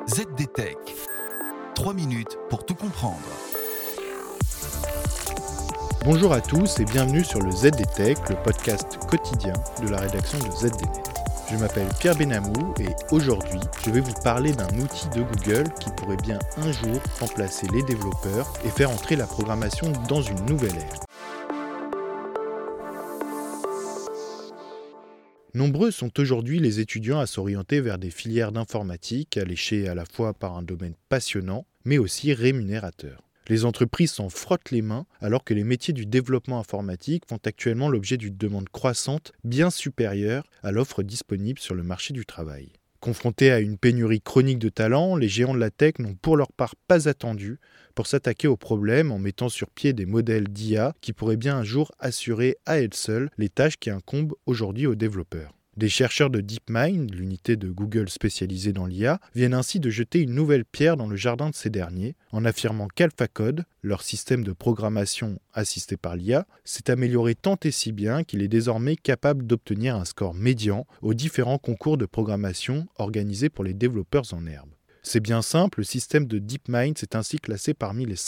ZDTech. 3 minutes pour tout comprendre. Bonjour à tous et bienvenue sur le ZDTech, le podcast quotidien de la rédaction de ZDNet. Je m'appelle Pierre Benamou et aujourd'hui, je vais vous parler d'un outil de Google qui pourrait bien un jour remplacer les développeurs et faire entrer la programmation dans une nouvelle ère. Nombreux sont aujourd'hui les étudiants à s'orienter vers des filières d'informatique alléchées à la fois par un domaine passionnant, mais aussi rémunérateur. Les entreprises s'en frottent les mains alors que les métiers du développement informatique font actuellement l'objet d'une demande croissante bien supérieure à l'offre disponible sur le marché du travail. Confrontés à une pénurie chronique de talents, les géants de la tech n'ont pour leur part pas attendu pour s'attaquer au problème en mettant sur pied des modèles d'IA qui pourraient bien un jour assurer à elles seules les tâches qui incombent aujourd'hui aux développeurs. Des chercheurs de DeepMind, l'unité de Google spécialisée dans l'IA, viennent ainsi de jeter une nouvelle pierre dans le jardin de ces derniers, en affirmant qu'AlphaCode, leur système de programmation assisté par l'IA, s'est amélioré tant et si bien qu'il est désormais capable d'obtenir un score médian aux différents concours de programmation organisés pour les développeurs en herbe. C'est bien simple, le système de DeepMind s'est ainsi classé parmi les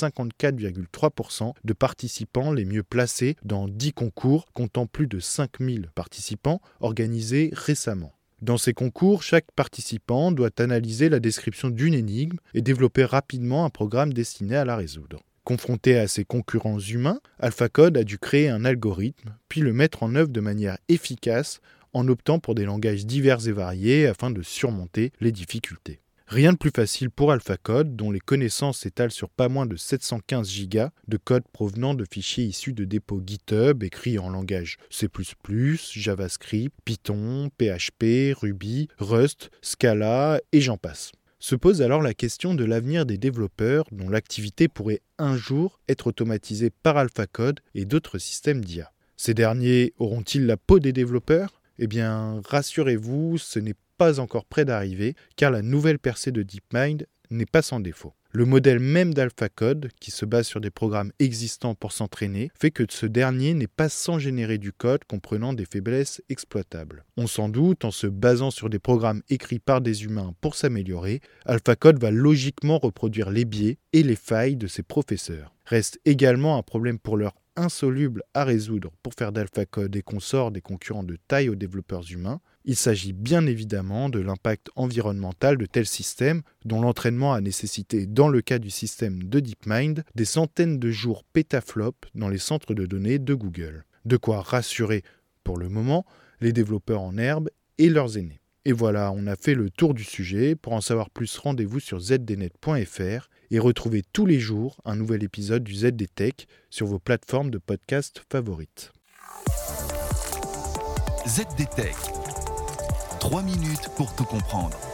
54,3% de participants les mieux placés dans 10 concours comptant plus de 5000 participants organisés récemment. Dans ces concours, chaque participant doit analyser la description d'une énigme et développer rapidement un programme destiné à la résoudre. Confronté à ses concurrents humains, AlphaCode a dû créer un algorithme, puis le mettre en œuvre de manière efficace en optant pour des langages divers et variés afin de surmonter les difficultés. Rien de plus facile pour AlphaCode, dont les connaissances s'étalent sur pas moins de 715 gigas de code provenant de fichiers issus de dépôts GitHub écrits en langage C++, JavaScript, Python, PHP, Ruby, Rust, Scala et j'en passe. Se pose alors la question de l'avenir des développeurs dont l'activité pourrait un jour être automatisée par AlphaCode et d'autres systèmes d'IA. Ces derniers auront-ils la peau des développeurs ? Eh bien, rassurez-vous, ce n'est pas encore près d'arriver, car la nouvelle percée de DeepMind n'est pas sans défaut. Le modèle même d'AlphaCode, qui se base sur des programmes existants pour s'entraîner, fait que ce dernier n'est pas sans générer du code comprenant des faiblesses exploitables. On s'en doute, en se basant sur des programmes écrits par des humains pour s'améliorer, AlphaCode va logiquement reproduire les biais et les failles de ses professeurs. Reste également un problème pour l'heure insoluble à résoudre pour faire d'AlphaCode et consorts des concurrents de taille aux développeurs humains. Il s'agit bien évidemment de l'impact environnemental de tels systèmes dont l'entraînement a nécessité, dans le cas du système de DeepMind, des centaines de jours pétaflops dans les centres de données de Google. De quoi rassurer, pour le moment, les développeurs en herbe et leurs aînés. Et voilà, on a fait le tour du sujet. Pour en savoir plus, rendez-vous sur zdnet.fr et retrouvez tous les jours un nouvel épisode du ZDTech sur vos plateformes de podcast favorites. ZDTech. 3 minutes pour tout comprendre.